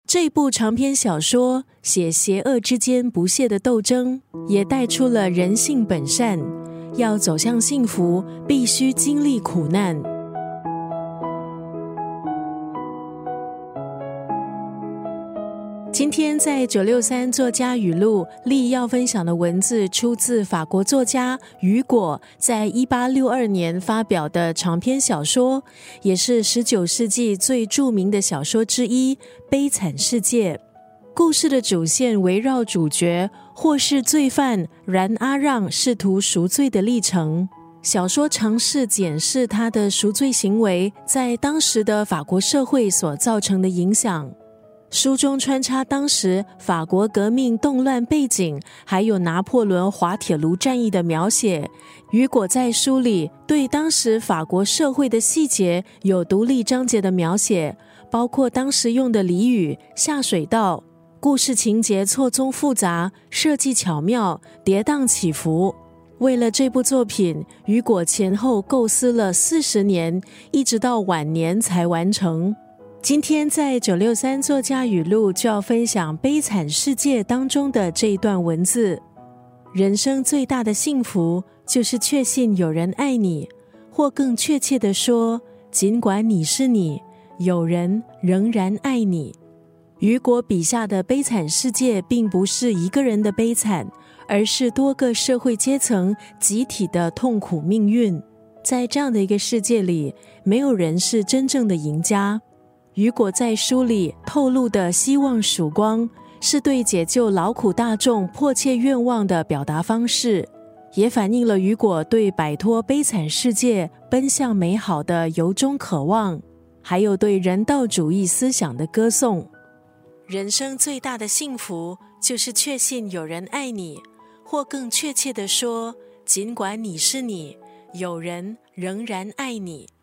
这部长篇小说写邪恶之间不懈的斗争，也带出了人性本善，要走向幸福必须经历苦难。今天在963作家语录力要分享的文字出自法国作家雨果在1862年发表的长篇小说，也是19世纪最著名的小说之一《悲惨世界》。故事的主线围绕主角或是罪犯冉阿让试图赎罪的历程。小说尝试检视他的赎罪行为在当时的法国社会所造成的影响。书中穿插当时法国革命动乱背景，还有拿破仑滑铁卢战役的描写。雨果在书里对当时法国社会的细节有独立章节的描写，包括当时用的俚语、下水道。故事情节错综复杂，设计巧妙，跌宕起伏。为了这部作品，雨果前后构思了40年，一直到晚年才完成。今天在963作家语录就要分享《悲惨世界》当中的这一段文字：人生最大的幸福就是确信有人爱你，或更确切地说，尽管你是你，有人仍然爱你。雨果笔下的悲惨世界并不是一个人的悲惨，而是多个社会阶层集体的痛苦命运。在这样的一个世界里，没有人是真正的赢家。雨果在书里透露的希望曙光，是对解救劳苦大众迫切愿望的表达方式，也反映了雨果对摆脱悲惨世界、奔向美好的由衷渴望，还有对人道主义思想的歌颂。人生最大的幸福就是确信有人爱你，或更确切地说，尽管你是你，有人仍然爱你。